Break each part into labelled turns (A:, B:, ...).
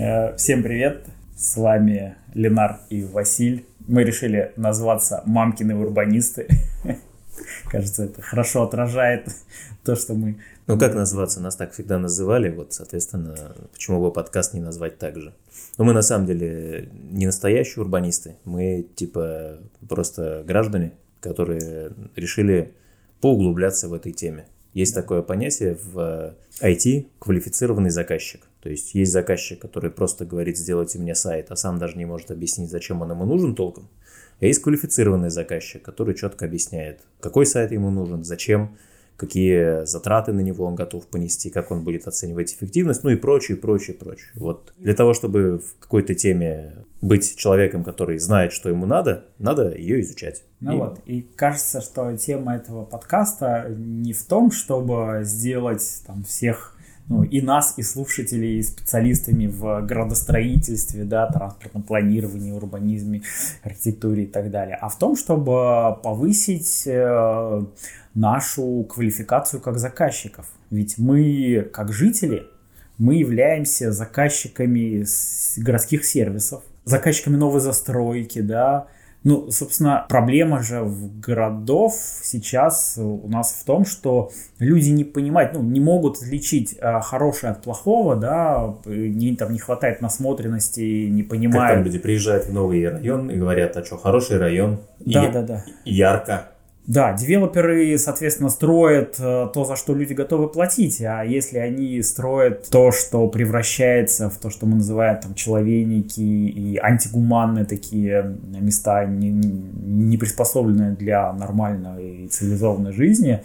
A: Всем привет, с вами Ленар и Василь. Мы решили назваться «Мамкины урбанисты». Кажется, это хорошо отражает то, что мы...
B: Ну, как назваться? Нас так всегда называли, вот, соответственно, почему бы подкаст не назвать так же? Но мы, на самом деле, не настоящие урбанисты, мы, типа, просто граждане, которые решили поуглубляться в этой теме. Есть такое понятие в IT – квалифицированный заказчик. То есть есть заказчик, который просто говорит: сделайте мне сайт, а сам даже не может объяснить, зачем он ему нужен толком. А есть квалифицированный заказчик, который четко объясняет, какой сайт ему нужен, зачем, какие затраты на него он готов понести, как он будет оценивать эффективность, ну и прочее, прочее, прочее. Вот. Для того, чтобы в какой-то теме быть человеком, который знает, что ему надо ее изучать.
A: И кажется, что тема этого подкаста не в том, чтобы сделать там всех, и нас, и слушателей, и специалистами в градостроительстве, транспортном планировании, урбанизме, архитектуре и так далее, а в том, чтобы повысить нашу квалификацию как заказчиков. Ведь мы, как жители, мы являемся заказчиками городских сервисов, заказчиками новой застройки, собственно, проблема же в городов сейчас у нас в том, что люди не понимают, не могут отличить хорошее от плохого, не хватает насмотренности, не понимают.
B: Как там люди приезжают в новый район и говорят: а что, хороший район, ярко.
A: Да, девелоперы, соответственно, строят то, за что люди готовы платить, а если они строят то, что превращается в то, что мы называем там человейники и антигуманные такие места, не приспособленные для нормальной и цивилизованной жизни,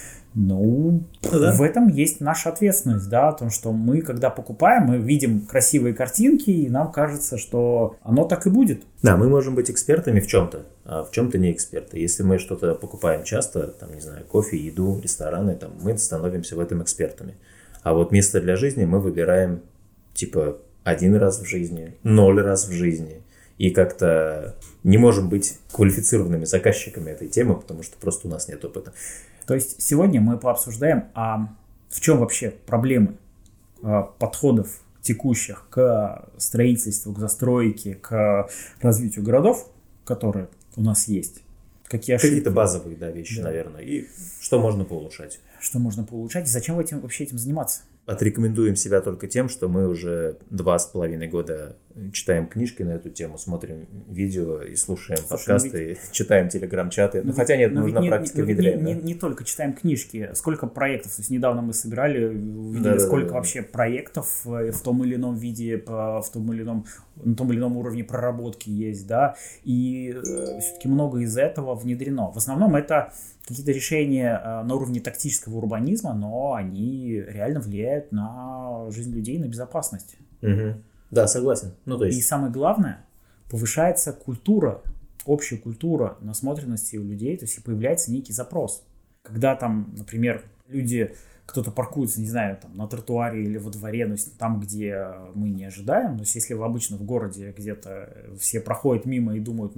A: в этом есть наша ответственность, о том, что мы, когда покупаем, мы видим красивые картинки, и нам кажется, что оно так и будет.
B: Да, мы можем быть экспертами в чем-то, а в чем-то не эксперты. Если мы что-то покупаем часто, кофе, еду, рестораны, мы становимся в этом экспертами. А вот место для жизни мы выбираем, один раз в жизни, 0 раз в жизни. И как-то не можем быть квалифицированными заказчиками этой темы, потому что просто у нас нет опыта.
A: То есть сегодня мы пообсуждаем, в чем вообще проблемы подходов текущих к строительству, к застройке, к развитию городов, которые у нас есть. Какие ошибки.
B: Какие-то базовые вещи, наверное. И что можно поулучшать.
A: Что можно поулучшать и зачем вообще этим заниматься?
B: Отрекомендуем себя только тем, что мы уже 2,5 года читаем книжки на эту тему, смотрим видео и слушаем подкасты, читаем телеграм-чаты. Нужна практика внедрения.
A: Не только читаем книжки, сколько проектов. То есть недавно мы собирали, увидели, сколько вообще проектов в том или ином виде, на том или ином уровне проработки есть, и все-таки много из этого внедрено. В основном это какие-то решения на уровне тактического урбанизма, но они реально влияют на жизнь людей, на безопасность.
B: Угу. Да, согласен.
A: И самое главное, повышается культура, общая культура насмотренности у людей, то есть и появляется некий запрос. Когда например, кто-то паркуется, на тротуаре или во дворе, там, где мы не ожидаем, то есть если обычно в городе где-то все проходят мимо и думают,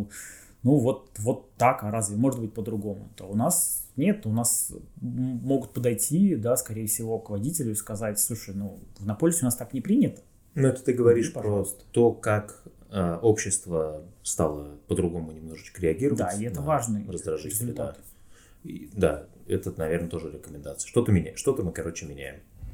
A: вот так, а разве может быть по-другому? То у нас нет, у нас могут подойти, скорее всего, к водителю и сказать: слушай, в Иннополисе у нас так не принято.
B: Это ты говоришь про то, как общество стало по-другому немножечко реагировать.
A: Да, и это важный
B: результат. Да, это, наверное, тоже рекомендация. Что-то мы, меняем.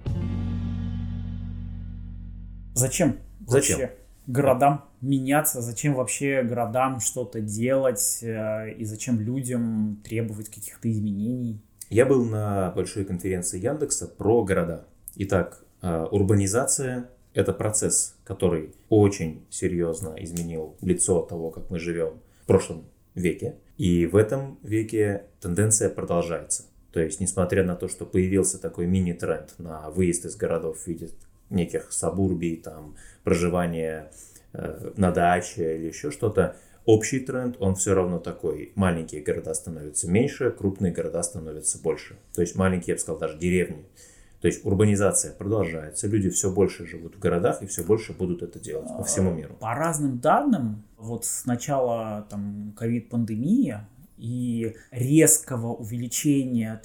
A: Зачем? Вообще городам меняться, зачем вообще городам что-то делать, и зачем людям требовать каких-то изменений?
B: Я был на большой конференции Яндекса про города. Итак, урбанизация – это процесс, который очень серьезно изменил лицо того, как мы живем в прошлом веке. И в этом веке тенденция продолжается. То есть, несмотря на то, что появился такой мини-тренд на выезд из городов в виде неких сабурбий, проживание на даче или еще что-то, общий тренд, он все равно такой. Маленькие города становятся меньше, крупные города становятся больше. То есть маленькие, я бы сказал, даже деревни. То есть урбанизация продолжается, люди все больше живут в городах и все больше будут это делать по всему миру.
A: По разным данным, с начала ковид-пандемии и резкого увеличения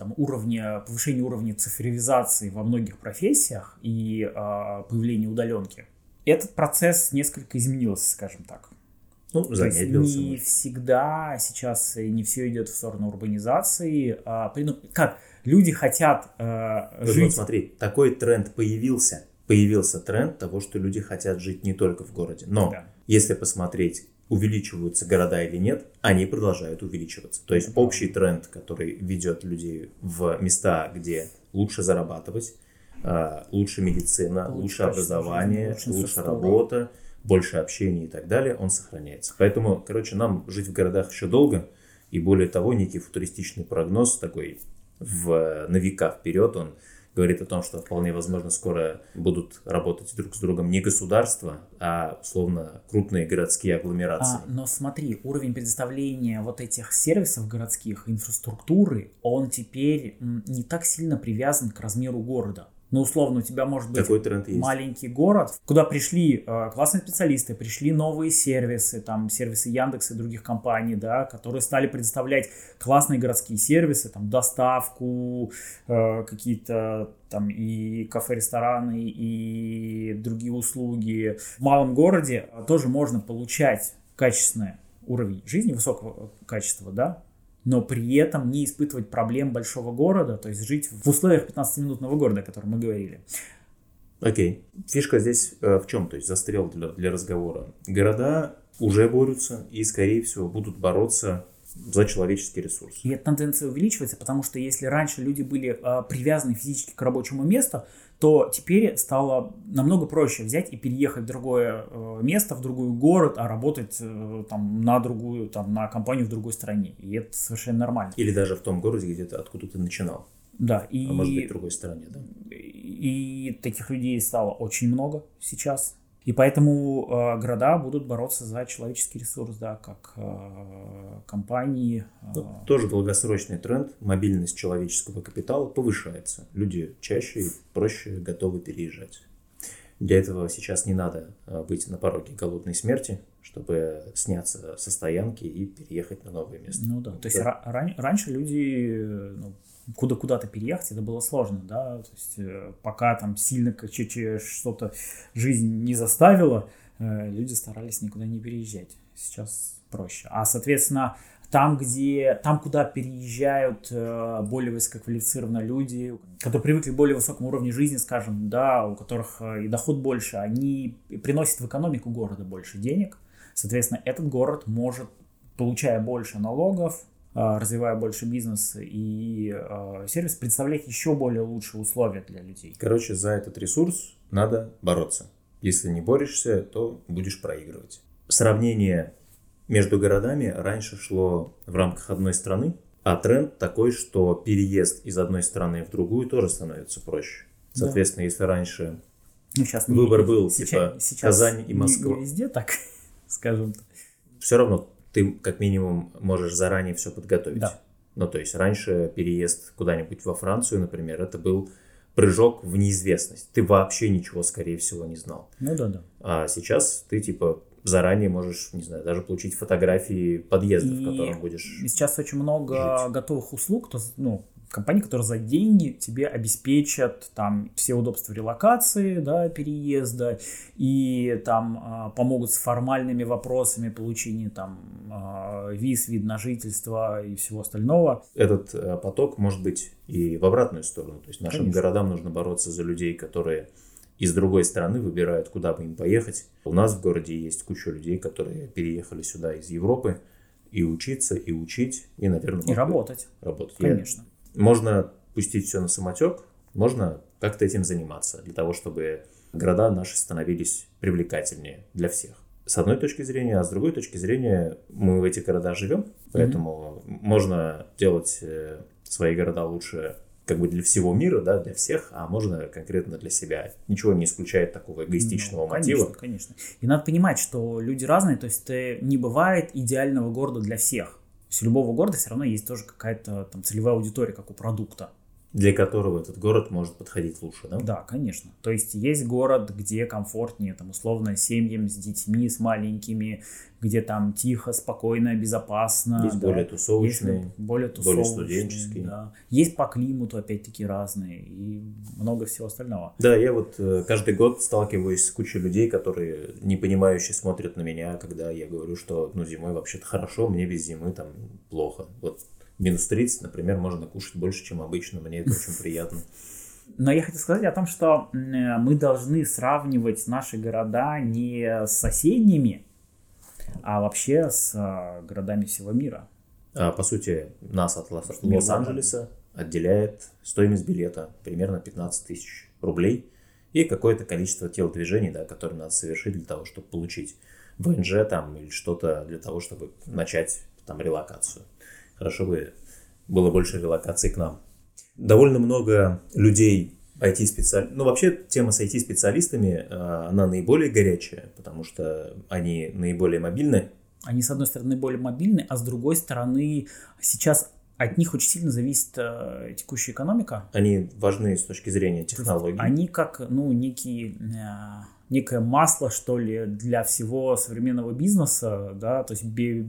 A: повышения уровня цифровизации во многих профессиях и появления удаленки, Этот процесс несколько изменился, скажем так.
B: Ну, замедлился.
A: Не всегда сейчас не все идет в сторону урбанизации. Как? Люди хотят жить...
B: Вот смотри, такой тренд появился. Появился тренд того, что люди хотят жить не только в городе. Но если посмотреть, увеличиваются города или нет, они продолжают увеличиваться. То есть общий тренд, который ведет людей в места, где лучше зарабатывать, лучше медицина, лучше образование, лучше работа, больше общения и так далее, он сохраняется. Поэтому, нам жить в городах еще долго, и более того, некий футуристичный прогноз такой на века вперед, он говорит о том, что вполне возможно скоро будут работать друг с другом не государства, а условно крупные городские агломерации.
A: Но смотри, уровень предоставления вот этих сервисов городских, инфраструктуры, он теперь не так сильно привязан к размеру города. Ну, условно, у тебя может быть маленький город, куда пришли классные специалисты, пришли новые сервисы, там сервисы Яндекса и других компаний, да, которые стали предоставлять классные городские сервисы, там доставку, какие-то там и кафе, рестораны, и другие услуги. В малом городе тоже можно получать качественный уровень жизни, высокого качества, да, но при этом не испытывать проблем большого города, то есть жить в условиях 15-минутного города, о котором мы говорили.
B: Окей. Фишка здесь в чем? То есть застрял для разговора. Города уже борются и, скорее всего, будут бороться за человеческий ресурс.
A: И эта тенденция увеличивается, потому что если раньше люди были привязаны физически к рабочему месту, то теперь стало намного проще взять и переехать в другое место, в другой город, а работать на компанию в другой стране. И это совершенно нормально.
B: Или даже в том городе, откуда ты начинал.
A: Да.
B: А может быть, в другой стране, да?
A: И таких людей стало очень много сейчас. И поэтому города будут бороться за человеческий ресурс, да, как компании.
B: Тоже долгосрочный тренд. Мобильность человеческого капитала повышается. Люди чаще и проще готовы переезжать. Для этого сейчас не надо быть на пороге голодной смерти, чтобы сняться со стоянки и переехать на новое место.
A: Ну да, то есть раньше люди... куда-то переехать, это было сложно, да, то есть пока там сильно что-то жизнь не заставила, люди старались никуда не переезжать. Сейчас проще. А, соответственно, там, куда переезжают более высококвалифицированные люди, которые привыкли к более высокому уровню жизни, скажем, да, у которых и доход больше, они приносят в экономику города больше денег. Соответственно, этот город может, получая больше налогов, развивая больше бизнес и сервис, представлять еще более лучшие условия для людей.
B: За этот ресурс надо бороться. Если не борешься, то будешь проигрывать. Сравнение между городами раньше шло в рамках одной страны, а тренд такой, что переезд из одной страны в другую тоже становится проще. Соответственно, если раньше выбор был сейчас Казань и Москва.
A: Не везде так, скажем так.
B: Все равно ты как минимум можешь заранее все подготовить.
A: Да.
B: Ну, то есть раньше переезд куда-нибудь во Францию, например, это был прыжок в неизвестность. Ты вообще ничего, скорее всего, не знал.
A: Ну да.
B: А сейчас ты заранее можешь, не знаю, даже получить фотографии подъезда, в котором будешь...
A: Сейчас очень много
B: жить.
A: готовых услуг, компании, которые за деньги тебе обеспечат там все удобства релокации, да, переезда, и там помогут с формальными вопросами получения там виз, вид на жительство и всего остального.
B: Этот поток может быть и в обратную сторону. То есть нашим городам нужно бороться за людей, которые из другой страны выбирают, куда бы им поехать. У нас в городе есть куча людей, которые переехали сюда из Европы и учиться, и учить, и, наверное,
A: и работать. Конечно.
B: Можно пустить все на самотек, можно как-то этим заниматься, для того, чтобы города наши становились привлекательнее для всех. С одной точки зрения, а с другой точки зрения, мы в этих городах живем, поэтому можно делать свои города лучше для всего мира, да, для всех, а можно конкретно для себя. Ничего не исключает такого эгоистичного мотива.
A: Конечно. И надо понимать, что люди разные, то есть не бывает идеального города для всех. То есть у любого города все равно есть тоже какая-то там целевая аудитория, как у продукта.
B: Для которого этот город может подходить лучше, да?
A: Да, конечно. То есть есть город, где комфортнее, там, условно, семьям с детьми, с маленькими, где там тихо, спокойно, безопасно.
B: Есть более тусовочные,
A: есть более
B: студенческие.
A: Да. Есть по климату, опять-таки, разные и много всего остального.
B: Да, я вот каждый год сталкиваюсь с кучей людей, которые непонимающе смотрят на меня, когда я говорю, что зимой вообще-то хорошо, мне без зимы там плохо. Вот минус 30, например, можно кушать больше, чем обычно. Мне это очень приятно.
A: Но я хотел сказать о том, что мы должны сравнивать наши города не с соседними, а вообще с городами всего мира.
B: По сути, нас от Лос-Анджелеса отделяет стоимость билета примерно 15 тысяч рублей и какое-то количество телодвижений, да, которые надо совершить для того, чтобы получить ВНЖ там, или что-то для того, чтобы начать там релокацию. Хорошо бы было больше релокации к нам. Довольно много людей IT-специалистов. Вообще тема с IT-специалистами, она наиболее горячая, потому что они наиболее мобильны.
A: Они, с одной стороны, более мобильны, а с другой стороны, сейчас от них очень сильно зависит текущая экономика.
B: Они важны с точки зрения технологий.
A: Они как, некое масло, что ли, для всего современного бизнеса, да, то есть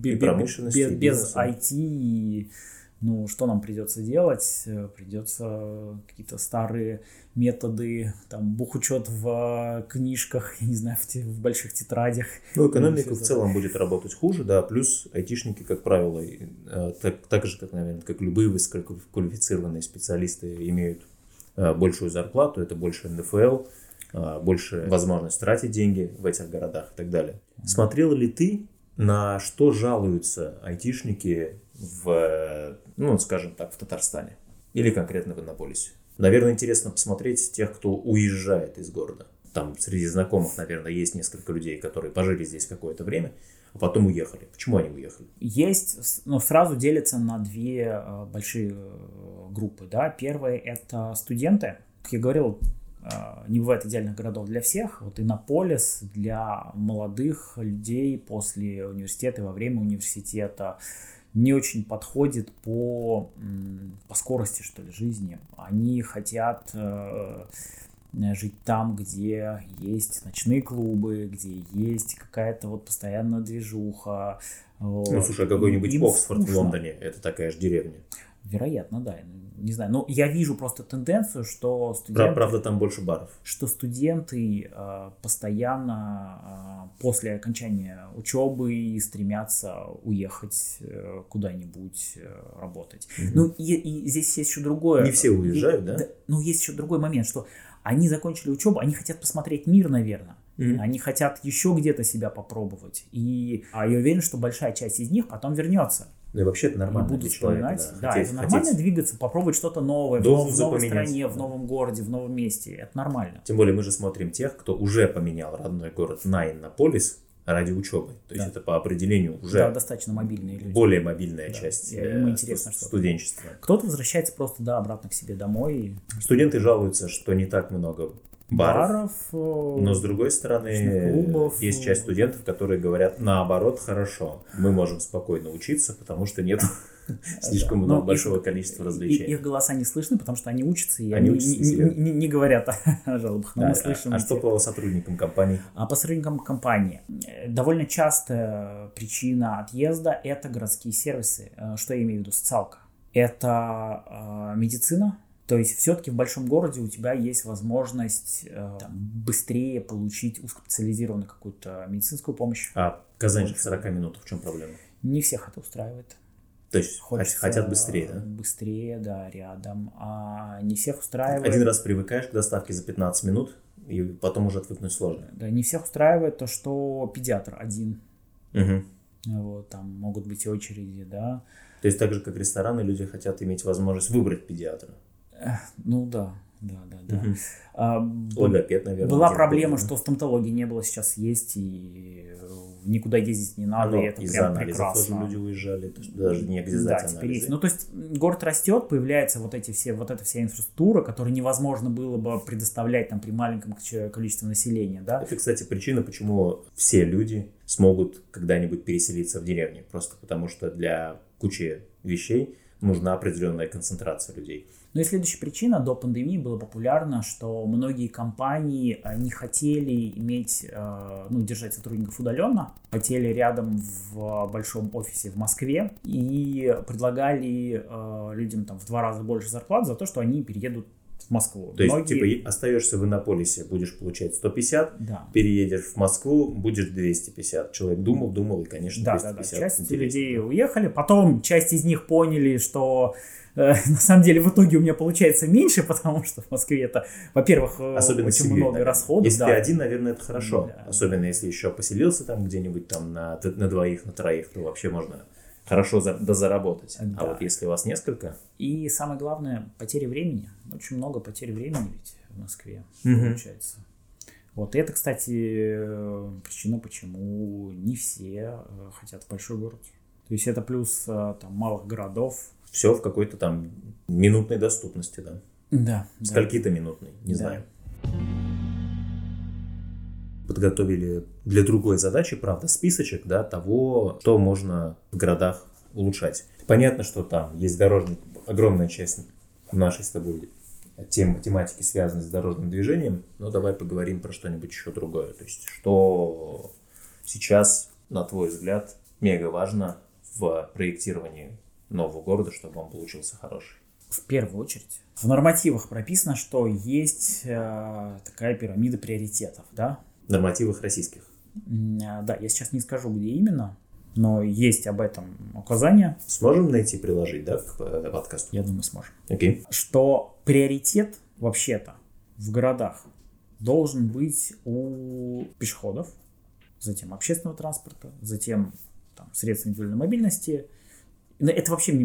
A: без IT, что нам придется делать? Придется какие-то старые методы, там, бухучет в книжках, я не знаю, в больших тетрадях.
B: Экономика в целом будет работать хуже, да, плюс айтишники, как правило, так же, как, наверное, как любые высококвалифицированные специалисты, имеют большую зарплату, это больше НДФЛ, больше возможность тратить деньги в этих городах и так далее. Смотрел ли ты, на что жалуются айтишники в Татарстане или конкретно в Иннополисе? Наверное, интересно посмотреть тех, кто уезжает из города. Там среди знакомых, наверное, есть несколько людей, которые пожили здесь какое-то время, а потом уехали. Почему они уехали?
A: Есть, сразу делятся на две большие группы. Да? Первая – это студенты. Как я говорил, не бывает идеальных городов для всех. Вот Иннополис для молодых людей после университета и во время университета не очень подходит по скорости, что ли, жизни. Они хотят жить там, где есть ночные клубы, где есть какая-то постоянная движуха.
B: Слушай, какой-нибудь Оксфорд в Лондоне, это такая же деревня.
A: Вероятно, да. Не знаю. Я вижу просто тенденцию, что студенты...
B: Правда, там больше баров.
A: Что студенты постоянно после окончания учебы стремятся уехать куда-нибудь работать.
B: Угу.
A: И здесь есть еще другое...
B: Не все уезжают, да?
A: Есть еще другой момент, что они закончили учебу, они хотят посмотреть мир, наверное. Они хотят еще где-то себя попробовать. Я уверен, что большая часть из них потом вернется.
B: И вообще это нормально для человека.
A: Да, это нормально двигаться, попробовать что-то новое в новой стране, в новом городе, в новом месте. Это нормально.
B: Тем более мы же смотрим тех, кто уже поменял родной город на Иннополис ради учебы. То есть это по определению уже
A: достаточно мобильные люди.
B: Более мобильная часть студенчества.
A: Кто-то возвращается просто обратно к себе домой.
B: Студенты жалуются, что не так много баров, но с другой стороны клубов, есть часть студентов, которые говорят наоборот, хорошо, мы можем спокойно учиться, потому что нет слишком большого количества развлечений.
A: Их голоса не слышны, потому что они учатся, и они не говорят о жалобах.
B: А что по сотрудникам компании?
A: По сотрудникам компании. Довольно частая причина отъезда – это городские сервисы. Что я имею в виду? Социалка. Это медицина. То есть все-таки в большом городе у тебя есть возможность быстрее получить узкоспециализированную какую-то медицинскую помощь.
B: А Казань же в 40 минут, в чем проблема?
A: Не всех это устраивает.
B: То есть хотят быстрее, да?
A: Быстрее, да, рядом. А не всех устраивает...
B: Один раз привыкаешь к доставке за 15 минут, и потом уже отвыкнуть сложно.
A: Да, не всех устраивает то, что педиатр один.
B: Угу.
A: Там могут быть очереди, да.
B: То есть так же, как рестораны, люди хотят иметь возможность выбрать педиатра.
A: Да.
B: Логопед, наверное.
A: Была проблема, что стоматологии не было, сейчас есть, и никуда ездить не надо, и это прям прекрасно.
B: Тоже люди уезжали, даже негде сдать анализы.
A: Теперь есть. То есть город растет, появляется вот эта вся инфраструктура, которую невозможно было бы предоставлять при маленьком количестве населения, да.
B: Это, кстати, причина, почему все люди смогут когда-нибудь переселиться в деревню. Просто потому что для кучи вещей нужна определенная концентрация людей.
A: Ну и следующая причина. До пандемии было популярно, что многие компании не хотели держать сотрудников удаленно, хотели рядом в большом офисе в Москве и предлагали людям в 2 раза больше зарплат за то, что они переедут в Москву.
B: То есть, остаешься в Иннополисе, будешь получать 150,
A: да.
B: Переедешь в Москву, будешь 250. Человек думал, и, конечно, 250.
A: Да. Часть людей уехали, потом часть из них поняли, что на самом деле в итоге у меня получается меньше, потому что в Москве это, во-первых,
B: особенно
A: очень
B: себе,
A: много
B: наверное.
A: расходов.
B: Если ты один, наверное, это хорошо.
A: Да.
B: Особенно если еще поселился там где-нибудь там на 2, на 3, то вообще можно хорошо дозаработать. Да. А вот если у вас несколько...
A: И самое главное, потери времени. Очень много потерь времени ведь в Москве получается. Вот. И это, кстати, причина, почему не все хотят в большой город. То есть это плюс малых городов.
B: Все в какой-то там минутной доступности, да?
A: Да.
B: Скольки-то минутной, не знаю. Подготовили для другой задачи, правда, списочек, да, того, что можно в городах улучшать. Понятно, что там есть огромная часть нашей с тобой тематики, связанной с дорожным движением, но давай поговорим про что-нибудь еще другое. То есть, что сейчас, на твой взгляд, мега важно в проектировании нового города, чтобы он получился хороший?
A: В первую очередь, в нормативах прописано, что есть такая пирамида приоритетов, да?
B: В нормативах российских?
A: Да, я сейчас не скажу, где именно, но есть об этом указания.
B: Сможем найти, приложить, да, к подкасту?
A: Я думаю, сможем.
B: Окей.
A: Что приоритет вообще-то в городах должен быть у пешеходов, затем общественного транспорта, затем средств индивидуальной мобильности. Это вообще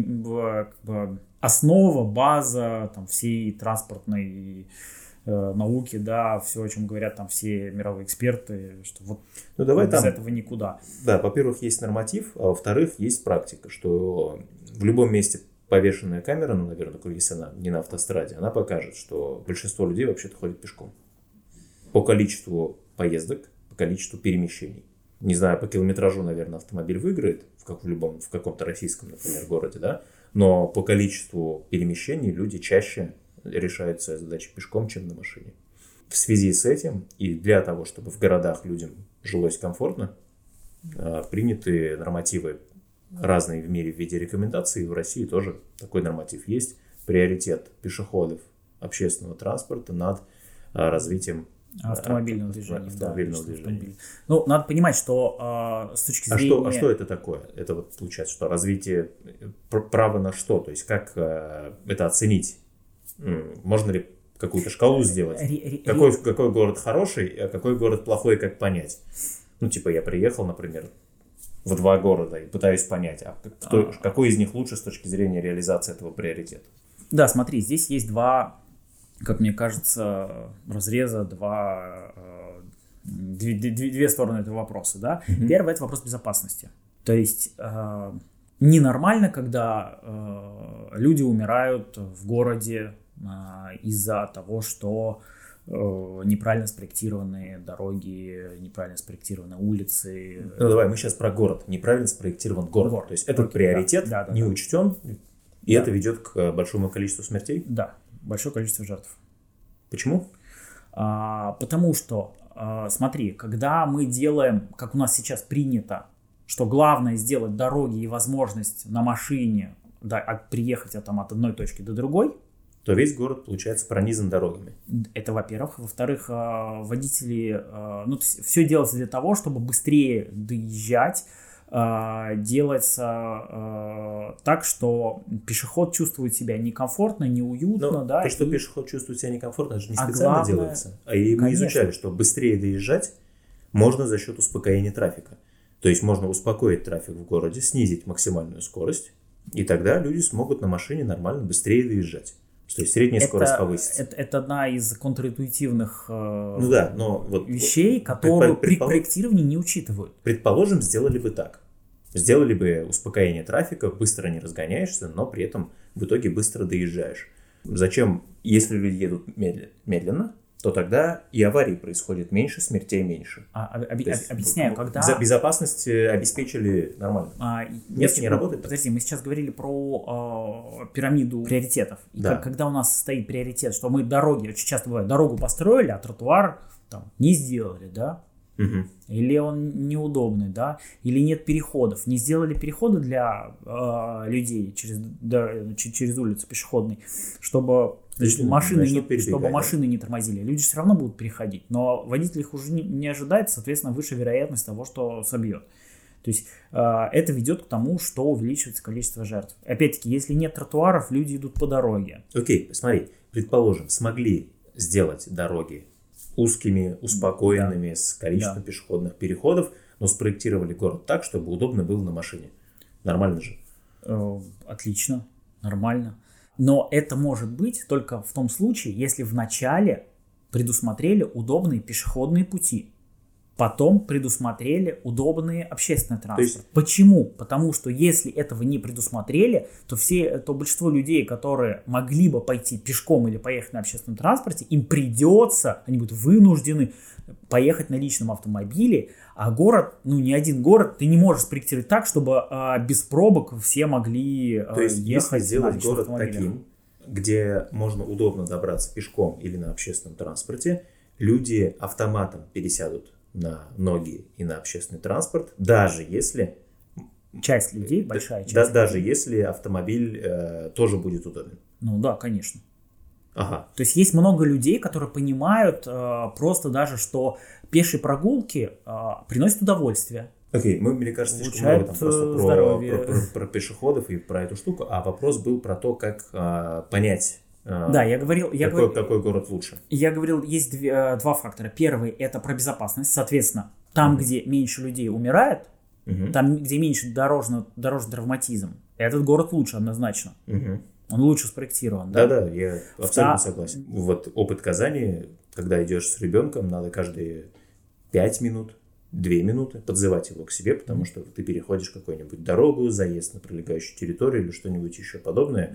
A: основа, база всей транспортной науки, да, все, о чем говорят все мировые эксперты, что без этого никуда.
B: Да, во-первых, есть норматив, а во-вторых, есть практика, что в любом месте повешенная камера, наверное, если она не на автостраде, она покажет, что большинство людей вообще-то ходит пешком. По количеству поездок, по количеству перемещений. Не знаю, по километражу, наверное, автомобиль выиграет в каком-то российском, например, городе, да, но по количеству перемещений люди чаще решают свои задачи пешком, чем на машине. В связи с этим и для того, чтобы в городах людям жилось комфортно, приняты нормативы разные в мире в виде рекомендаций. В России тоже такой норматив есть. Приоритет пешеходов общественного транспорта над развитием
A: автомобильного движения.
B: Ну,
A: надо понимать, что с точки зрения...
B: А что это такое? Это получается, что развитие права на что? То есть как это оценить? Можно ли какую-то шкалу сделать? Какой город хороший, а какой город плохой, как понять? Я приехал, например, в 2 города и пытаюсь понять, какой из них лучше с точки зрения реализации этого приоритета.
A: Да, смотри, здесь есть 2, как мне кажется, разреза, 2 стороны этого вопроса. Да? Первый – это вопрос безопасности. То есть ненормально, когда люди умирают в городе из-за того, что неправильно спроектированные дороги, неправильно спроектированные улицы.
B: Давай, мы сейчас про город. Неправильно спроектирован город. То есть этот приоритет не учтен, и это ведет к большому количеству смертей?
A: Да, большое количество жертв.
B: Почему?
A: Потому что, смотри, когда мы делаем, как у нас сейчас принято, что главное сделать дороги и возможность на машине приехать от одной точки до другой,
B: то весь город, получается, пронизан дорогами.
A: Это, во-первых. Во-вторых, водители... все делается для того, чтобы быстрее доезжать. Делается так, что пешеход чувствует себя некомфортно, неуютно.
B: То, что пешеход чувствует себя некомфортно, это же не специально делается. И мы изучали, что быстрее доезжать можно за счет успокоения трафика. То есть можно успокоить трафик в городе, снизить максимальную скорость, и тогда люди смогут на машине нормально быстрее доезжать. То есть средняя скорость повысится.
A: Это одна из контринтуитивных
B: вещей,
A: которые при проектировании не учитывают.
B: Предположим, сделали бы так. Сделали бы успокоение трафика, быстро не разгоняешься, но при этом в итоге быстро доезжаешь. Зачем, если люди едут медленно, то тогда и аварий происходит меньше, смертей меньше.
A: Объясняю, когда...
B: За безопасность обеспечили нормально. Нет, не работает.
A: Подожди, мы сейчас говорили про пирамиду приоритетов. И
B: Да.
A: когда у нас стоит приоритет, что мы дороги, очень часто бывает, дорогу построили, а тротуар там не сделали, да?
B: Угу.
A: Или он неудобный, да? Или нет переходов. Не сделали переходы для людей через улицу пешеходной, чтобы... машины не тормозили. Люди все равно будут переходить. Но водитель их уже не ожидает, соответственно, выше вероятность того, что собьет. То есть это ведет к тому, что увеличивается количество жертв. Опять-таки, если нет тротуаров, люди идут по дороге.
B: Окей, смотри, предположим, смогли сделать дороги узкими, успокоенными, с количеством пешеходных переходов, но спроектировали город так, чтобы удобно было на машине. Нормально же?
A: Отлично, нормально. Но это может быть только в том случае, если вначале предусмотрели удобные пешеходные пути, потом предусмотрели удобные общественные транспорты. Почему? Потому что если этого не предусмотрели, то большинство людей, которые могли бы пойти пешком или поехать на общественном транспорте, им придется, они будут вынуждены поехать на личном автомобиле, а город, ни один город, ты не можешь спроектировать так, чтобы без пробок все могли ехать.
B: То есть, если сделать город таким, где можно удобно добраться пешком или на общественном транспорте, люди автоматом пересядут на ноги и на общественный транспорт, даже если...
A: Часть людей, большая часть.
B: Даже если автомобиль тоже будет удобен.
A: Ну да, конечно.
B: Ага.
A: То есть есть много людей, которые понимают просто даже, что пешие прогулки приносят удовольствие.
B: Окей, мне кажется, слишком много там просто про пешеходов и про эту штуку, а вопрос был про то, как понять...
A: Да, я говорил...
B: Какой город лучше?
A: Я говорил, есть два фактора. Первый – это про безопасность. Соответственно, там, где меньше людей умирает, там, где меньше дорожный травматизм, этот город лучше однозначно. Он лучше спроектирован.
B: Да, я абсолютно согласен. Вот опыт Казани, когда идешь с ребенком, надо каждые 5 минут, 2 минуты подзывать его к себе, потому что ты переходишь какую-нибудь дорогу, заезд на прилегающую территорию или что-нибудь еще подобное,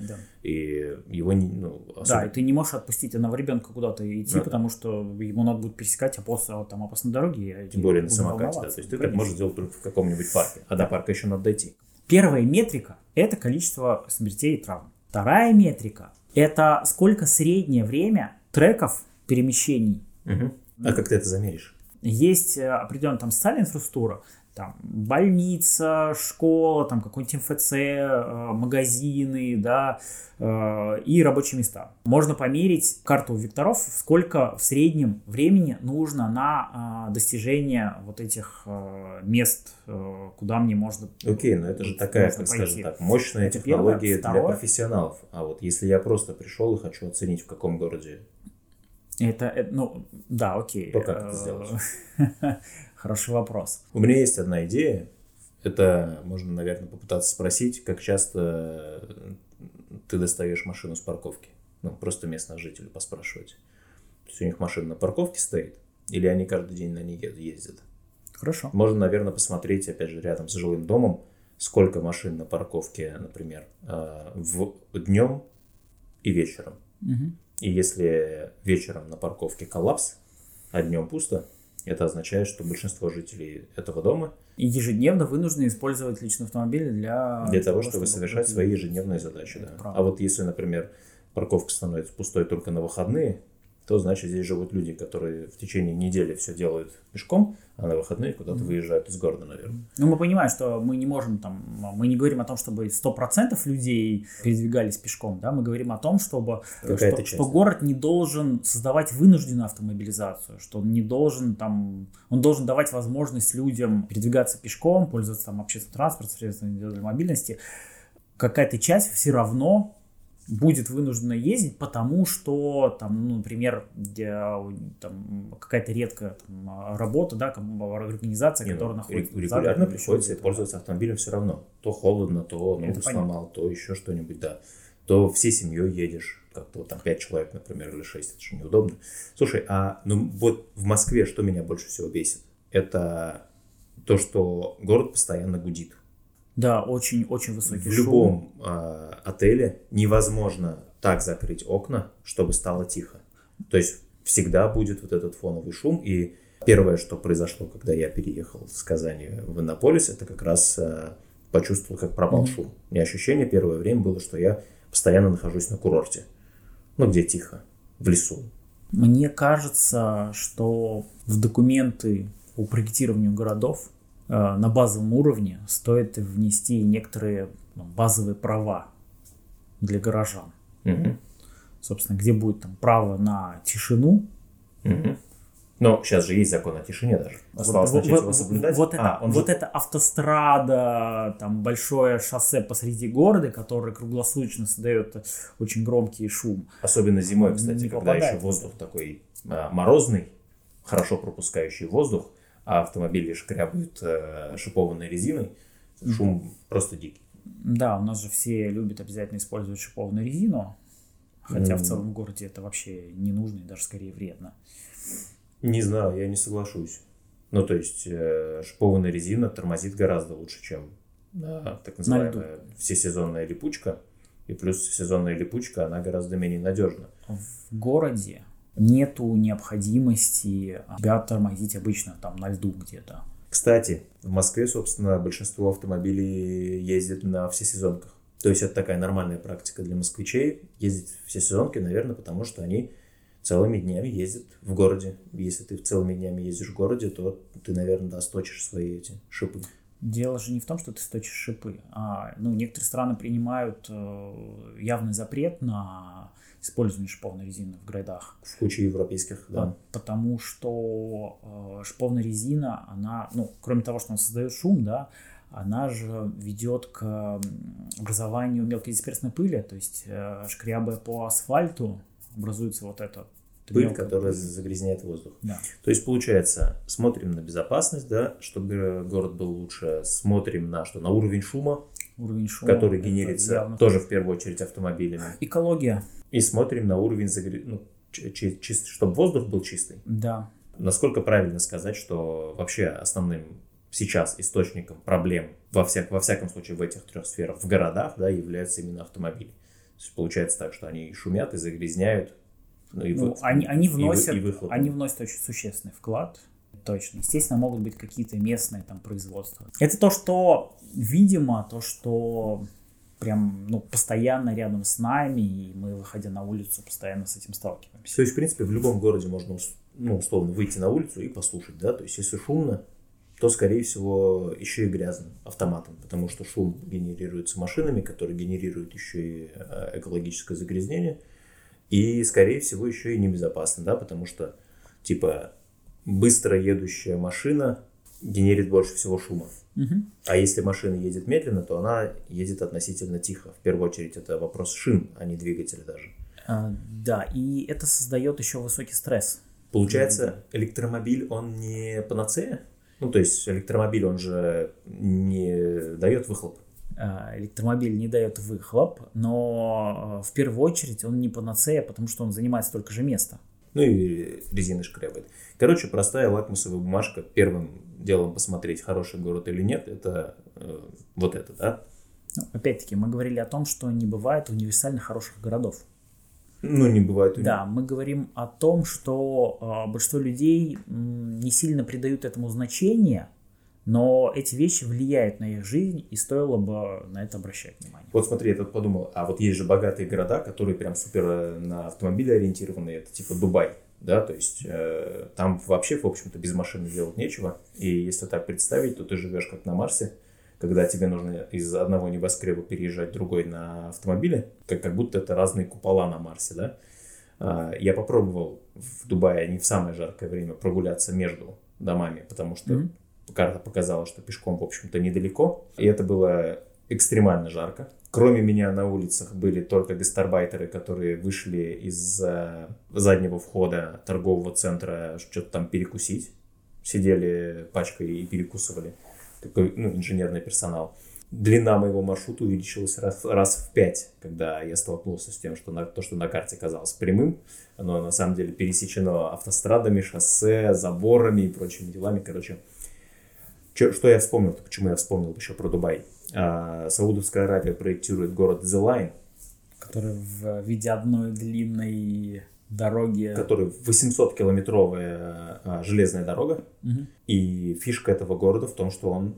B: и его не... особенно...
A: Да, и ты не можешь отпустить одного ребенка куда-то идти, потому что ему надо будет пересекать опасные дороги.
B: Тем более на самокате, да. То есть ты так можешь сделать только в каком-нибудь парке, а до парка еще надо дойти. Первая
A: метрика – это количество смертей и травм. Вторая метрика – это сколько среднее время треков перемещений.
B: А как ты это замеришь?
A: Есть определенная там социальная инфраструктура, там больница, школа, там какой-нибудь МФЦ, магазины, да, и рабочие места. Можно померить карту векторов, сколько в среднем времени нужно на достижение вот этих мест, куда мне можно...
B: Окей, но это же такая, скажем так, мощная технология для профессионалов. А вот если я просто пришел и хочу оценить, в каком городе...
A: Да, окей.
B: То как это сделать?
A: Хороший вопрос.
B: У меня есть одна идея. Это можно, наверное, попытаться спросить, как часто ты достаешь машину с парковки. Просто местных жителей поспрашивать. То есть у них машина на парковке стоит, или они каждый день на ней ездят?
A: Хорошо.
B: Можно, наверное, посмотреть, опять же, рядом с жилым домом, сколько машин на парковке, например, днем и вечером. И если вечером на парковке коллапс, а днем пусто, это означает, что большинство жителей этого дома
A: ежедневно вынуждены использовать личный автомобиль для
B: того, чтобы совершать свои ежедневные задачи. Да. А вот если, например, парковка становится пустой только на выходные, то значит здесь живут люди, которые в течение недели все делают пешком, а на выходные куда-то выезжают из города, наверное.
A: Мы понимаем, что мы не можем мы не говорим о том, чтобы 100% людей передвигались пешком, да, мы говорим о том, что город не должен создавать вынужденную автомобилизацию, что он не должен он должен давать возможность людям передвигаться пешком, пользоваться общественным транспортом, средствами индивидуальной мобильности. Какая-то часть все равно будет вынуждена ездить, потому что, например, какая-то редкая работа, да, организация, которая находится...
B: Регулярно приходится пользоваться автомобилем все равно. То холодно, то ногу сломал, то еще что-нибудь, да. То всей семьей едешь, как-то 5 человек, например, или 6, это же неудобно. Слушай, вот в Москве что меня больше всего бесит? Это то, что город постоянно гудит.
A: Да, очень-очень высокий шум.
B: В любом отеле невозможно так закрыть окна, чтобы стало тихо. То есть всегда будет вот этот фоновый шум. И первое, что произошло, когда я переехал с Казани в Иннополис, это как раз почувствовал, как пропал шум. И ощущение первое время было, что я постоянно нахожусь на курорте. Где тихо, в лесу.
A: Мне кажется, что в документы по проектированию городов на базовом уровне стоит внести некоторые базовые права для горожан. Собственно, где будет там право на тишину.
B: Но сейчас же есть закон о тишине даже. Осталось начать его соблюдать.
A: Вот это автострада, там большое шоссе посреди города, которое круглосуточно создает очень громкий шум.
B: Особенно зимой, кстати, когда еще воздух такой морозный, хорошо пропускающий воздух, а автомобили шкрябают шипованной резиной, шум просто дикий.
A: Да, у нас же все любят обязательно использовать шипованную резину, хотя в целом городе это вообще не нужно и даже скорее вредно.
B: Не знаю, я не соглашусь. То есть шипованная резина тормозит гораздо лучше, чем так называемая всесезонная липучка. И плюс всесезонная липучка, она гораздо менее надежна.
A: В городе нету необходимости тебя тормозить обычно там на льду где-то.
B: Кстати, в Москве, собственно, большинство автомобилей ездит на всесезонках. То есть это такая нормальная практика для москвичей. Ездить в всесезонки, наверное, потому что они целыми днями ездят в городе. Если ты целыми днями ездишь в городе, то ты, наверное, сточишь свои эти шипы.
A: Дело же не в том, что ты сточишь шипы. Некоторые страны принимают явный запрет на использование шипованной резины в городах.
B: В куче европейских, да.
A: Потому что шипованная резина, она, кроме того, что она создает шум, да, она же ведет к образованию мелкодисперсной пыли, то есть шкрябая по асфальту, образуется вот эта
B: пыль, которая загрязняет воздух.
A: Да.
B: То есть получается, смотрим на безопасность, да, чтобы город был лучше, смотрим на уровень шума, который генерится тоже в первую очередь автомобилями.
A: Экология.
B: И смотрим на уровень чтобы воздух был чистый.
A: Да.
B: Насколько правильно сказать, что вообще основным сейчас источником проблем во всяком случае в этих трех сферах в городах, да, являются именно автомобили. То есть получается так, что они и шумят, и загрязняют.
A: Они вносят очень существенный вклад. Точно. Естественно, могут быть какие-то местные там производства. Это то, что видимо, прям постоянно рядом с нами, и мы, выходя на улицу, постоянно с этим сталкиваемся.
B: То есть, в принципе, в любом городе можно условно выйти на улицу и послушать, да, то есть если шумно, то, скорее всего, еще и грязно автоматом, потому что шум генерируется машинами, которые генерируют еще и экологическое загрязнение, и, скорее всего, еще и небезопасно, да, потому что, быстро едущая машина генерит больше всего шума. А если машина едет медленно, то она едет относительно тихо. В первую очередь, это вопрос шин, а не двигателя даже.
A: Да, и это создает еще высокий стресс.
B: Получается, электромобиль, он не панацея? То есть электромобиль, он же не дает выхлоп.
A: Электромобиль не дает выхлоп, но в первую очередь он не панацея, потому что он занимает столько же места.
B: И резины шкрябает. Короче, простая лакмусовая бумажка. Первым делом посмотреть, хороший город или нет, это вот это, да?
A: Опять-таки, мы говорили о том, что не бывает универсально хороших городов.
B: Не бывает.
A: Да, мы говорим о том, что большинство людей не сильно придают этому значение, но эти вещи влияют на их жизнь, и стоило бы на это обращать внимание.
B: Вот смотри, я тут подумал, а вот есть же богатые города, которые прям супер на автомобили ориентированы, это типа Дубай, да, то есть там вообще, в общем-то, без машины делать нечего, и если так представить, то ты живешь как на Марсе, когда тебе нужно из одного небоскреба переезжать в другой на автомобиле, как будто это разные купола на Марсе, да. Я попробовал в Дубае не в самое жаркое время прогуляться между домами, потому что карта показала, что пешком, в общем-то, недалеко. И это было экстремально жарко. Кроме меня на улицах были только гастарбайтеры, которые вышли из заднего входа торгового центра что-то там перекусить. Сидели пачкой и перекусывали. Такой, инженерный персонал. Длина моего маршрута увеличилась раз в 5, когда я столкнулся с тем, что то, что на карте казалось прямым, оно на самом деле пересечено автострадами, шоссе, заборами и прочими делами. Короче, что я вспомнил, почему я вспомнил еще про Дубай. Саудовская Аравия проектирует город The Line,
A: который в виде одной длинной Дороги.
B: Который 800-километровая железная дорога. И фишка этого города в том, что он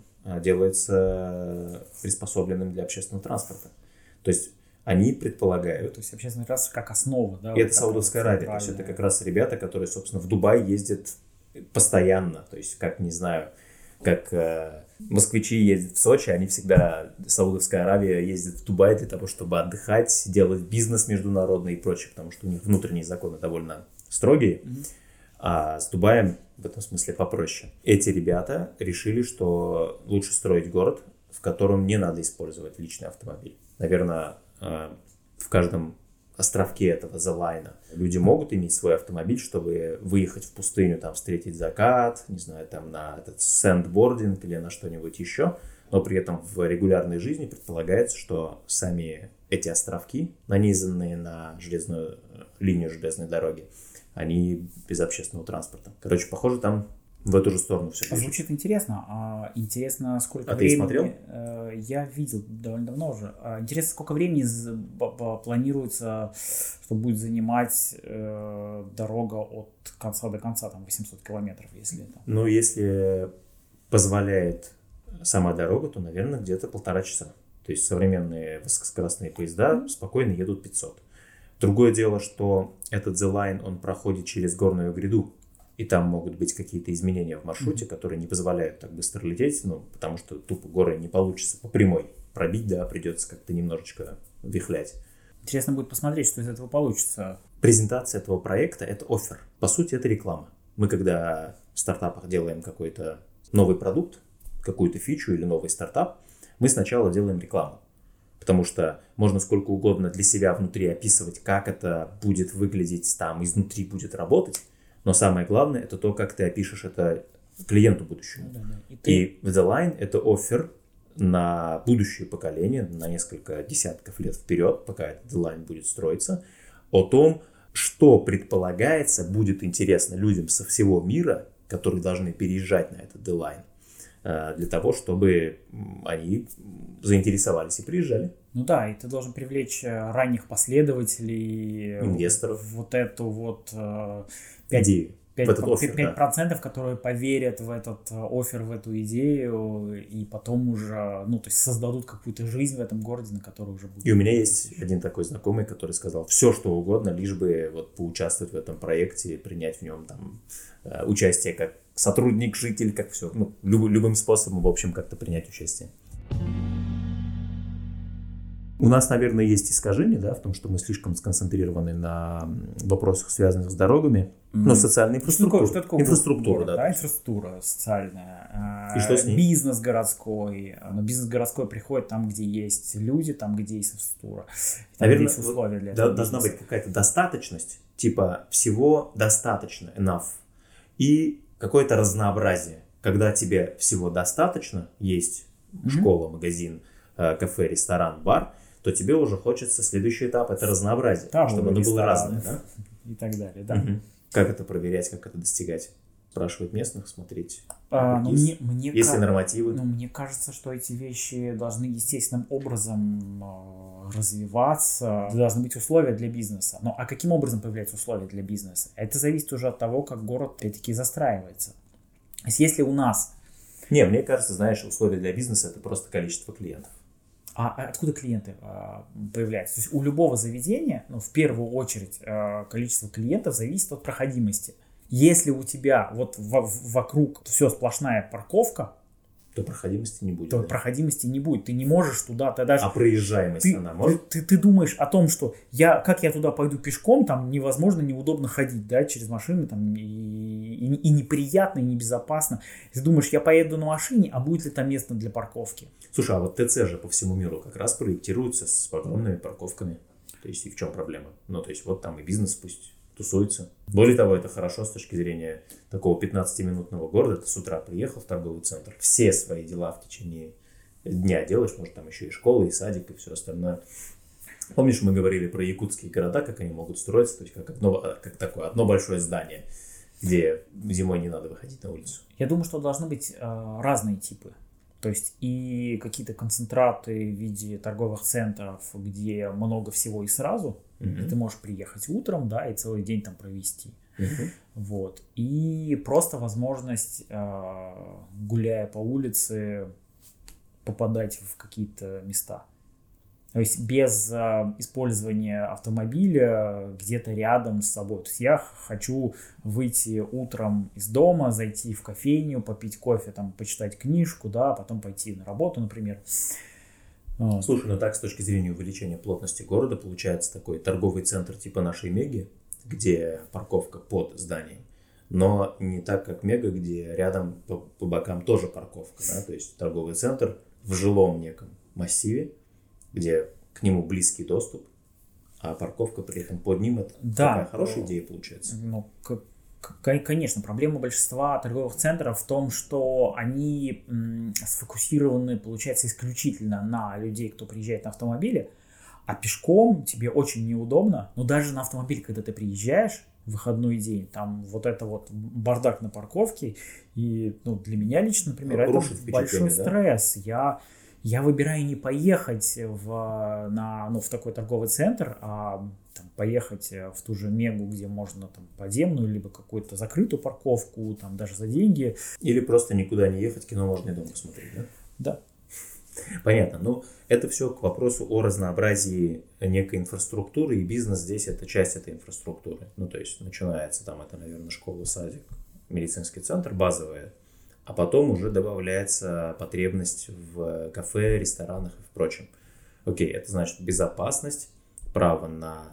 B: делается приспособленным для общественного транспорта. То есть они предполагают...
A: То есть общественный транспорт как основа, да?
B: И это Саудовская Аравия. То есть это как раз ребята, которые, собственно, в Дубай ездят постоянно. То есть, как, не знаю, как москвичи ездят в Сочи, они всегда, Саудовская Аравия ездит в Дубай для того, чтобы отдыхать, делать бизнес международный и прочее, потому что у них внутренние законы довольно строгие. А с Дубаем в этом смысле попроще. Эти ребята решили, что лучше строить город, в котором не надо использовать личный автомобиль. Наверное, в каждом островке этого The Line люди могут иметь свой автомобиль, чтобы выехать в пустыню, там, встретить закат, не знаю, там, на этот сэндбординг или на что-нибудь еще. Но при этом в регулярной жизни предполагается, что сами эти островки, нанизанные на железную линию железной дороги, они без общественного транспорта. Короче, похоже, там в эту же сторону все движется.
A: Звучит интересно. Интересно, сколько
B: времени...
A: ты
B: смотрел?
A: Я видел довольно давно уже. Интересно, сколько времени планируется, что будет занимать дорога от конца до конца, там 800 километров, если это.
B: Ну, если позволяет сама дорога, то, наверное, где-то 1,5 часа. То есть современные высокоскоростные поезда спокойно едут 500. Другое дело, что этот The Line, он проходит через горную гряду. И там могут быть какие-то изменения в маршруте, которые не позволяют так быстро лететь, потому что тупо горы не получится по прямой пробить, да, придется как-то немножечко вихлять.
A: Интересно будет посмотреть, что из этого получится.
B: Презентация этого проекта – это оффер. По сути, это реклама. Мы, когда в стартапах делаем какой-то новый продукт, какую-то фичу или новый стартап, мы сначала делаем рекламу. Потому что можно сколько угодно для себя внутри описывать, как это будет выглядеть, там, изнутри будет работать. Но самое главное, это то, как ты опишешь это клиенту будущему. И The Line – это оффер на будущее поколение, на несколько десятков лет вперед, пока этот The Line будет строиться, о том, что предполагается, будет интересно людям со всего мира, которые должны переезжать на этот The Line, для того, чтобы они заинтересовались и приезжали.
A: Ну да, и ты должен привлечь ранних последователей,
B: инвесторов,
A: вот эту вот
B: 5%,
A: которые поверят в этот оффер, в эту идею, и потом уже, то есть создадут какую-то жизнь в этом городе, на которой уже будет.
B: И у меня есть один такой знакомый, который сказал, все что угодно, лишь бы вот поучаствовать в этом проекте, принять в нем там участие как сотрудник, житель, как все, любым способом, в общем, как-то принять участие. У нас, наверное, есть искажение, да, в том, что мы слишком сконцентрированы на вопросах, связанных с дорогами, но социальная инфраструктура.
A: Что такое
B: инфраструктура,
A: город,
B: да.
A: Да, инфраструктура социальная.
B: И что с ней?
A: Бизнес городской. Но бизнес городской приходит там, где есть люди, там, где есть инфраструктура. Там,
B: наверное,
A: есть условия для этого
B: должна
A: бизнеса.
B: быть какая-то достаточность, типа всего достаточно, enough, и какое-то разнообразие. Когда тебе всего достаточно, есть школа, магазин, кафе, ресторан, бар, то тебе уже хочется следующий этап, это разнообразие,
A: там
B: чтобы оно было разное. Да?
A: И так далее, да.
B: Как это проверять, как это достигать? Спрашивать местных, смотреть,
A: мне
B: есть ли нормативы.
A: Мне кажется, что эти вещи должны естественным образом развиваться. Должны быть условия для бизнеса. А каким образом появляются условия для бизнеса? Это зависит уже от того, как город опять-таки застраивается. То есть если у нас...
B: Мне кажется, знаешь, условия для бизнеса – это просто количество клиентов.
A: А откуда клиенты появляются? То есть у любого заведения, в первую очередь, количество клиентов зависит от проходимости. Если у тебя вот вокруг все сплошная парковка,
B: то проходимости не будет.
A: Проходимости не будет. Ты не можешь туда, ты даже...
B: А проезжаемость она может?
A: Ты думаешь о том, что как я туда пойду пешком, там невозможно, неудобно ходить, да, через машины, там, и неприятно, и небезопасно. Ты думаешь, я поеду на машине, а будет ли там место для парковки?
B: Слушай, а вот ТЦ же по всему миру как раз проектируются с огромными парковками. То есть и в чем проблема? То есть вот там и бизнес пусть тусуется. Более того, это хорошо с точки зрения такого 15-минутного города. Ты с утра приехал в торговый центр, все свои дела в течение дня делаешь, может там еще и школа, и садик, и все остальное. Помнишь, мы говорили про якутские города, как они могут строиться, то есть как такое одно большое здание, где зимой не надо выходить на улицу.
A: Я думаю, что должны быть разные типы. То есть и какие-то концентраты в виде торговых центров, где много всего и сразу, И ты можешь приехать утром, да, и целый день там провести. Вот. И просто возможность, гуляя по улице, попадать в какие-то места. То есть без использования автомобиля где-то рядом с собой. То есть я хочу выйти утром из дома, зайти в кофейню, попить кофе, там, почитать книжку, да, потом пойти на работу, например.
B: Слушай, ну так с точки зрения увеличения плотности города получается такой торговый центр типа нашей Меги, где парковка под зданием, но не так, как Мега, где рядом по бокам тоже парковка, да, то есть торговый центр в жилом неком массиве, где к нему близкий доступ, а парковка при этом под ним. Это такая хорошая идея получается.
A: Ну, конечно, проблема большинства торговых центров в том, что они сфокусированы, получается, исключительно на людей, кто приезжает на автомобиле, а пешком тебе очень неудобно. Но даже на автомобиле, когда ты приезжаешь в выходной день, там вот это вот бардак на парковке, и для меня лично, например, это большой стресс. Я выбираю не поехать в такой торговый центр, а там, поехать в ту же Мегу, где можно там подземную, либо какую-то закрытую парковку, там даже за деньги.
B: Или просто никуда не ехать, кино можно и дома посмотреть, да?
A: Да.
B: Понятно. Ну, это все к вопросу о разнообразии некой инфраструктуры, и бизнес здесь это часть этой инфраструктуры. Ну, то есть начинается там, это, наверное, школа, садик, медицинский центр, базовая. А потом уже добавляется потребность в кафе, ресторанах и прочем. Окей, это значит безопасность, право на,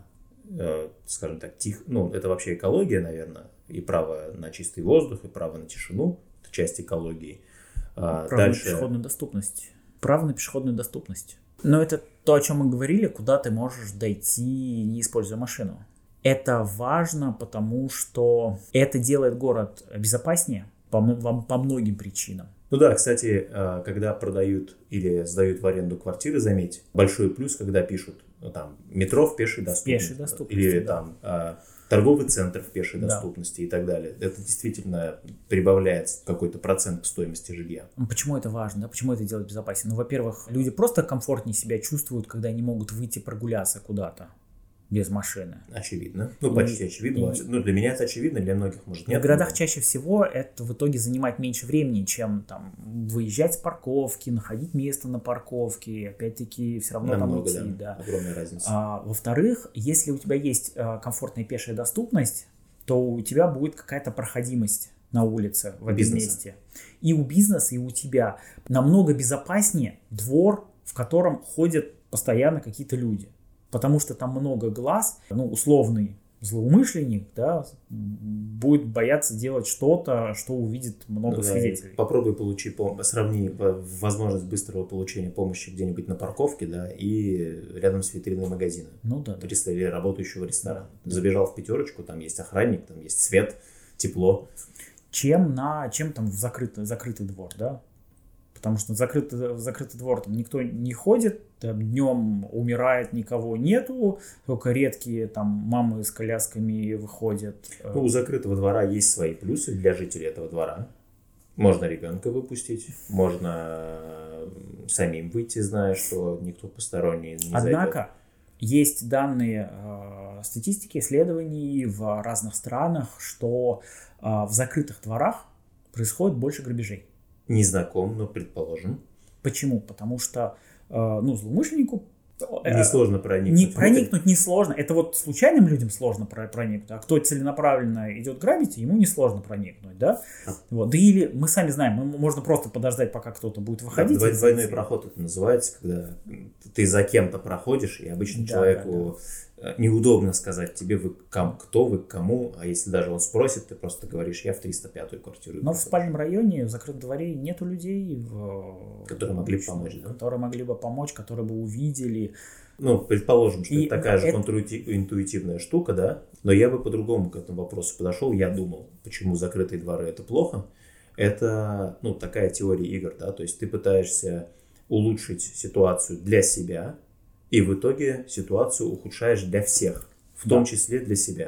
B: скажем так, это вообще экология, наверное, и право на чистый воздух, и право на тишину, это часть экологии.
A: Право на пешеходную доступность. Право на пешеходную доступность. Но это то, о чем мы говорили, куда ты можешь дойти, не используя машину. Это важно, потому что это делает город безопаснее. По многим причинам.
B: Ну да, кстати, когда продают или сдают в аренду квартиры, заметь, большой плюс, когда пишут там метро в пешей доступности. Или там торговый центр в пешей доступности и так далее. Это действительно прибавляет какой-то процент к стоимости жилья.
A: Почему это важно? Да? Почему это делать безопаснее? Ну, во-первых, люди просто комфортнее себя чувствуют, когда они могут выйти прогуляться куда-то без машины.
B: Очевидно. Ну, почти очевидно. Для меня это очевидно, для многих, может, нет.
A: В городах чаще всего это в итоге занимает меньше времени, чем там выезжать с парковки, находить место на парковке, опять-таки все равно
B: намного,
A: там идти. Да.
B: Огромная разница.
A: Во-вторых, если у тебя есть комфортная пешая доступность, то у тебя будет какая-то проходимость на улице в этом месте. И у бизнеса, и у тебя намного безопаснее двор, в котором ходят постоянно какие-то люди. Потому что там много глаз, условный злоумышленник, да, будет бояться делать что-то, что увидит много свидетелей.
B: Попробуй сравни возможность быстрого получения помощи где-нибудь на парковке, да, и рядом с витриной магазина. Или работающего ресторана. Забежал в пятерочку, там есть охранник, там есть свет, тепло.
A: Чем там в закрытый двор, да? Потому что в закрытый двор там никто не ходит, днем умирает, никого нету, только редкие там мамы с колясками выходят.
B: У закрытого двора есть свои плюсы для жителей этого двора. Можно ребенка выпустить, можно самим выйти, зная, что никто посторонний не зайдет.
A: Однако есть данные статистики, исследований в разных странах, что в закрытых дворах происходит больше грабежей.
B: Не знаком, но предположим.
A: Почему? Потому что злоумышленнику
B: несложно проникнуть.
A: Проникнуть несложно. Это вот случайным людям сложно проникнуть, а кто целенаправленно идет грабить, ему несложно проникнуть, да? Вот. Да или мы сами знаем, можно просто подождать, пока кто-то будет выходить.
B: Двойной проход это называется, когда ты за кем-то проходишь, и обычно человеку неудобно сказать тебе, кто вы к кому, а если даже он спросит, ты просто говоришь, я в 305-ю квартиру.
A: Но в спальном районе, в закрытом дворе нету людей,
B: которые могли бы помочь, да?
A: Которые могли бы помочь, которые бы увидели.
B: Предположим, что это такая же контринтуитивная штука, да, но я бы по-другому к этому вопросу подошел. Я думал, почему закрытые дворы это плохо. Это, такая теория игр, да, то есть ты пытаешься улучшить ситуацию для себя, и в итоге ситуацию ухудшаешь для всех, в том числе для себя.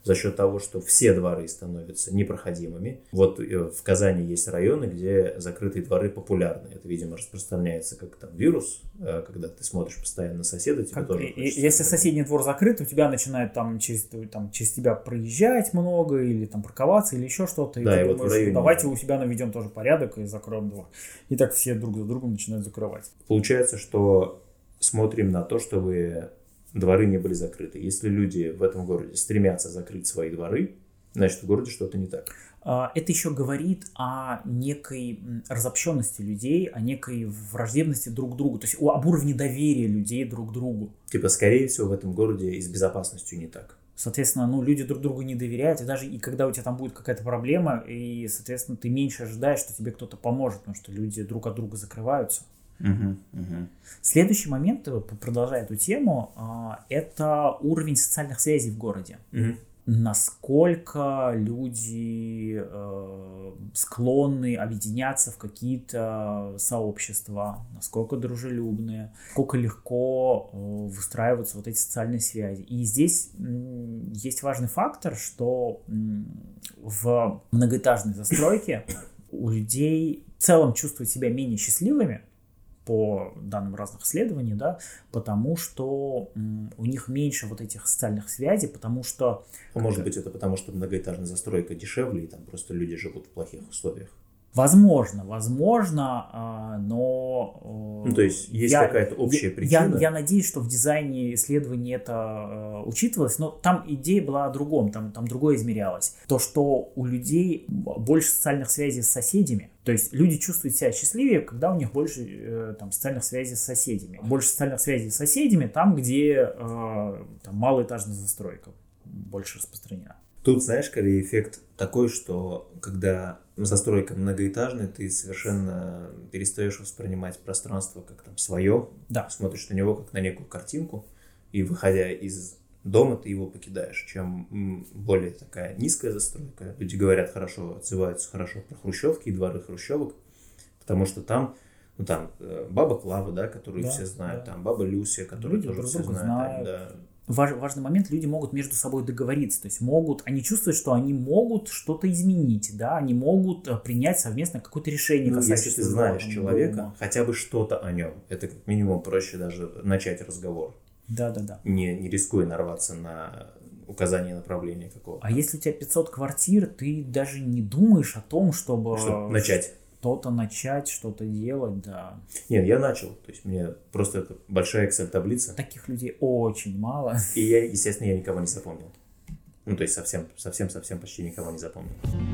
B: за счет того, что все дворы становятся непроходимыми. Вот в Казани есть районы, где закрытые дворы популярны. Это, видимо, распространяется как там вирус, когда ты смотришь постоянно на соседа, тебе тоже хочется.
A: Если соседний двор закрыт, у тебя начинает через тебя проезжать много, или там парковаться, или еще что-то.
B: Да, и вот
A: думаешь,
B: в районе...
A: давайте у себя наведем тоже порядок и закроем двор. И так все друг за другом начинают закрывать.
B: Получается, что смотрим на то, чтобы дворы не были закрыты. Если люди в этом городе стремятся закрыть свои дворы, значит, в городе что-то не так.
A: Это еще говорит о некой разобщенности людей, о некой враждебности друг к другу, то есть об уровне доверия людей друг к другу.
B: Типа, скорее всего, в этом городе и с безопасностью не так.
A: Соответственно, люди друг другу не доверяют, и даже когда у тебя там будет какая-то проблема, и, соответственно, ты меньше ожидаешь, что тебе кто-то поможет, потому что люди друг от друга закрываются. Следующий момент, продолжая эту тему, это уровень социальных связей в городе. Насколько люди склонны объединяться в какие-то сообщества, насколько дружелюбные, сколько легко выстраиваются вот эти социальные связи. И здесь есть важный фактор, что в многоэтажной застройке у людей в целом чувствуют себя менее счастливыми, по данным разных исследований, да, потому что у них меньше вот этих социальных связей, потому что...
B: Может быть, это потому, что многоэтажная застройка дешевле, и там просто люди живут в плохих условиях.
A: Возможно, но...
B: То есть какая-то общая причина?
A: Я надеюсь, что в дизайне исследований это учитывалось, но там идея была о другом, там другое измерялось. То, что у людей больше социальных связей с соседями, то есть люди чувствуют себя счастливее, когда у них больше социальных связей с соседями. Больше социальных связей с соседями там, где малоэтажная застройка больше распространена.
B: Тут, знаешь, скорее эффект такой, что когда застройка многоэтажная, ты совершенно перестаешь воспринимать пространство как там свое,
A: да.
B: Смотришь на него как на некую картинку, и выходя из дома, ты его покидаешь. Чем более такая низкая застройка, люди говорят хорошо, отзываются хорошо про хрущевки и дворы хрущевок, потому что там баба Клава, да, которую все знают, там баба Люся, которую
A: люди
B: тоже все знают.
A: Важный момент, люди могут между собой договориться, то есть они чувствуют, что они могут что-то изменить, да, они могут принять совместно какое-то решение.
B: Если ты знаешь человека, хотя бы что-то о нем, это как минимум проще даже начать разговор.
A: Да.
B: Не рискуя нарваться на указание направления какого-то.
A: А если у тебя 500 квартир, ты даже не думаешь о том, чтобы
B: начать.
A: Что-то начать, что-то делать, да.
B: Нет, я начал. То есть мне просто это большая Excel-таблица.
A: Таких людей очень мало.
B: И я, естественно, никого не запомнил. То есть совсем почти никого не запомнил.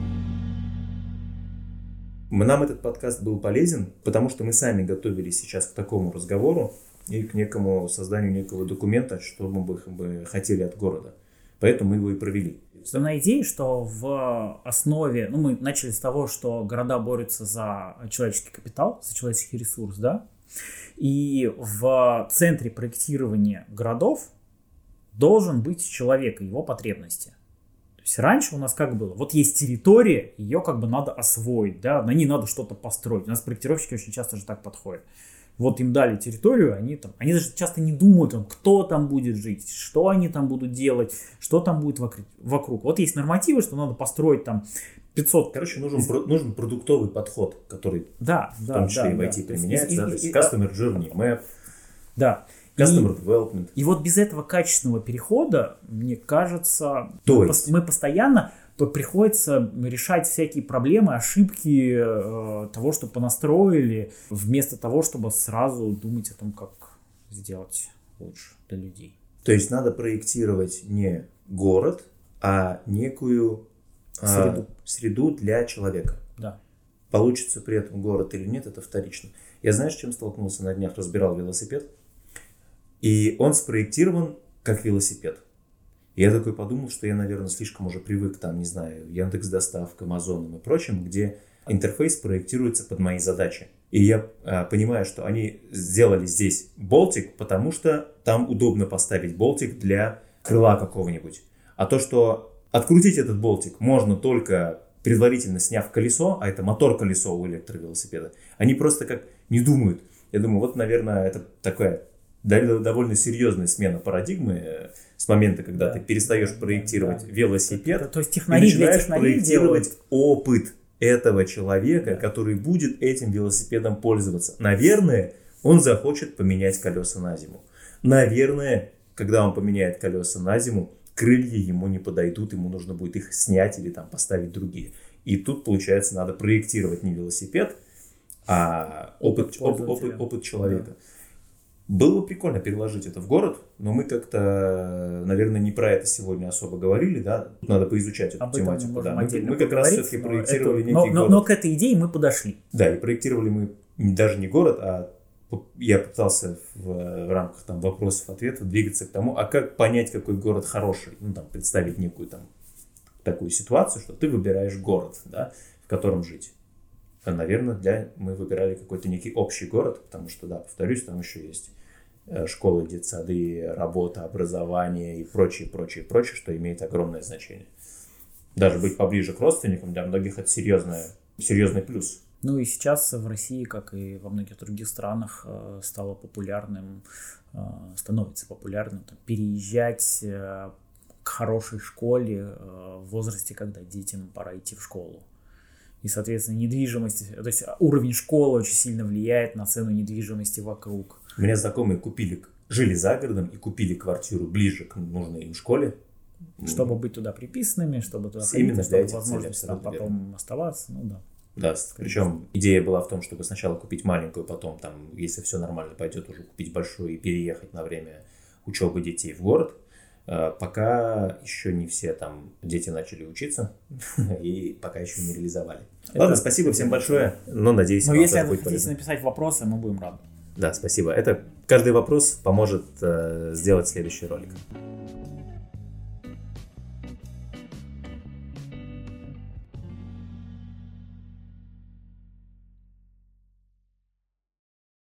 B: Нам этот подкаст был полезен, потому что мы сами готовились сейчас к такому разговору и к некому созданию некого документа, что мы бы хотели от города. Поэтому мы его и провели.
A: Основная идея, что в основе, мы начали с того, что города борются за человеческий капитал, за человеческий ресурс, да, и в центре проектирования городов должен быть человек и его потребности. То есть раньше у нас как было? Вот есть территория, ее надо освоить, да, на ней надо что-то построить. У нас проектировщики очень часто же так подходят. Вот им дали территорию, они даже часто не думают, кто там будет жить, что они там будут делать, что там будет вокруг. Вот есть нормативы, что надо построить 500...
B: Короче, нужен продуктовый подход, который в том числе и в IT применяется. То есть Customer Journey Map, Customer Development.
A: И вот без этого качественного перехода, мне кажется, мы постоянно... приходится решать всякие проблемы, ошибки того, что понастроили, вместо того, чтобы сразу думать о том, как сделать лучше для людей.
B: То есть надо проектировать не город, а некую среду для человека.
A: Да.
B: Получится при этом город или нет, это вторично. Я знаешь, с чем столкнулся на днях? Разбирал велосипед. И он спроектирован как велосипед. Я такой подумал, что я, наверное, слишком уже привык, Яндекс.Доставка, Амазоном и прочим, где интерфейс проектируется под мои задачи. И я понимаю, что они сделали здесь болтик, потому что там удобно поставить болтик для крыла какого-нибудь. А то, что открутить этот болтик можно только предварительно сняв колесо, а это мотор-колесо у электровелосипеда, они просто как не думают. Я думаю, вот, наверное, это такая довольно серьезная смена парадигмы с момента, когда ты перестаешь проектировать велосипед,
A: то есть
B: и
A: начинаешь
B: проектировать опыт этого человека, который будет этим велосипедом пользоваться. Наверное, он захочет поменять колеса на зиму. Наверное, когда он поменяет колеса на зиму, крылья ему не подойдут, ему нужно будет их снять или там поставить другие. И тут, получается, надо проектировать не велосипед, а опыт человека. Да. Было бы прикольно переложить это в город, но мы как-то, наверное, не про это сегодня особо говорили, да? Тут надо поизучать эту тематику. Да. Мы как раз все-таки проектировали некий город.
A: Но к этой идее мы подошли.
B: Да, и проектировали мы даже не город, а я пытался в рамках там вопросов-ответов двигаться к тому, а как понять, какой город хороший, ну там представить некую там такую ситуацию, что ты выбираешь город, да, в котором жить. Наверное, мы выбирали какой-то некий общий город, потому что, да, повторюсь, там еще есть школы, детсады, работа, образование и прочее, что имеет огромное значение. Даже быть поближе к родственникам для многих это серьезный плюс.
A: Ну и сейчас в России, как и во многих других странах, становится популярным переезжать к хорошей школе в возрасте, когда детям пора идти в школу. И, соответственно, недвижимость, то есть уровень школы очень сильно влияет на цену недвижимости вокруг.
B: У меня знакомые жили за городом и купили квартиру ближе к нужной им школе.
A: Чтобы быть туда приписанными, чтобы туда
B: ходить, чтобы
A: возможность там потом оставаться, ну да.
B: Да, причем идея была в том, чтобы сначала купить маленькую, потом, там, если все нормально пойдет, уже купить большую и переехать на время учебы детей в город. Пока еще не все там дети начали учиться и пока еще не реализовали. Ладно, спасибо всем большое, но надеюсь,
A: вам если вы хотите написать вопросы, мы будем рады.
B: Да, спасибо. Каждый вопрос поможет сделать следующий ролик.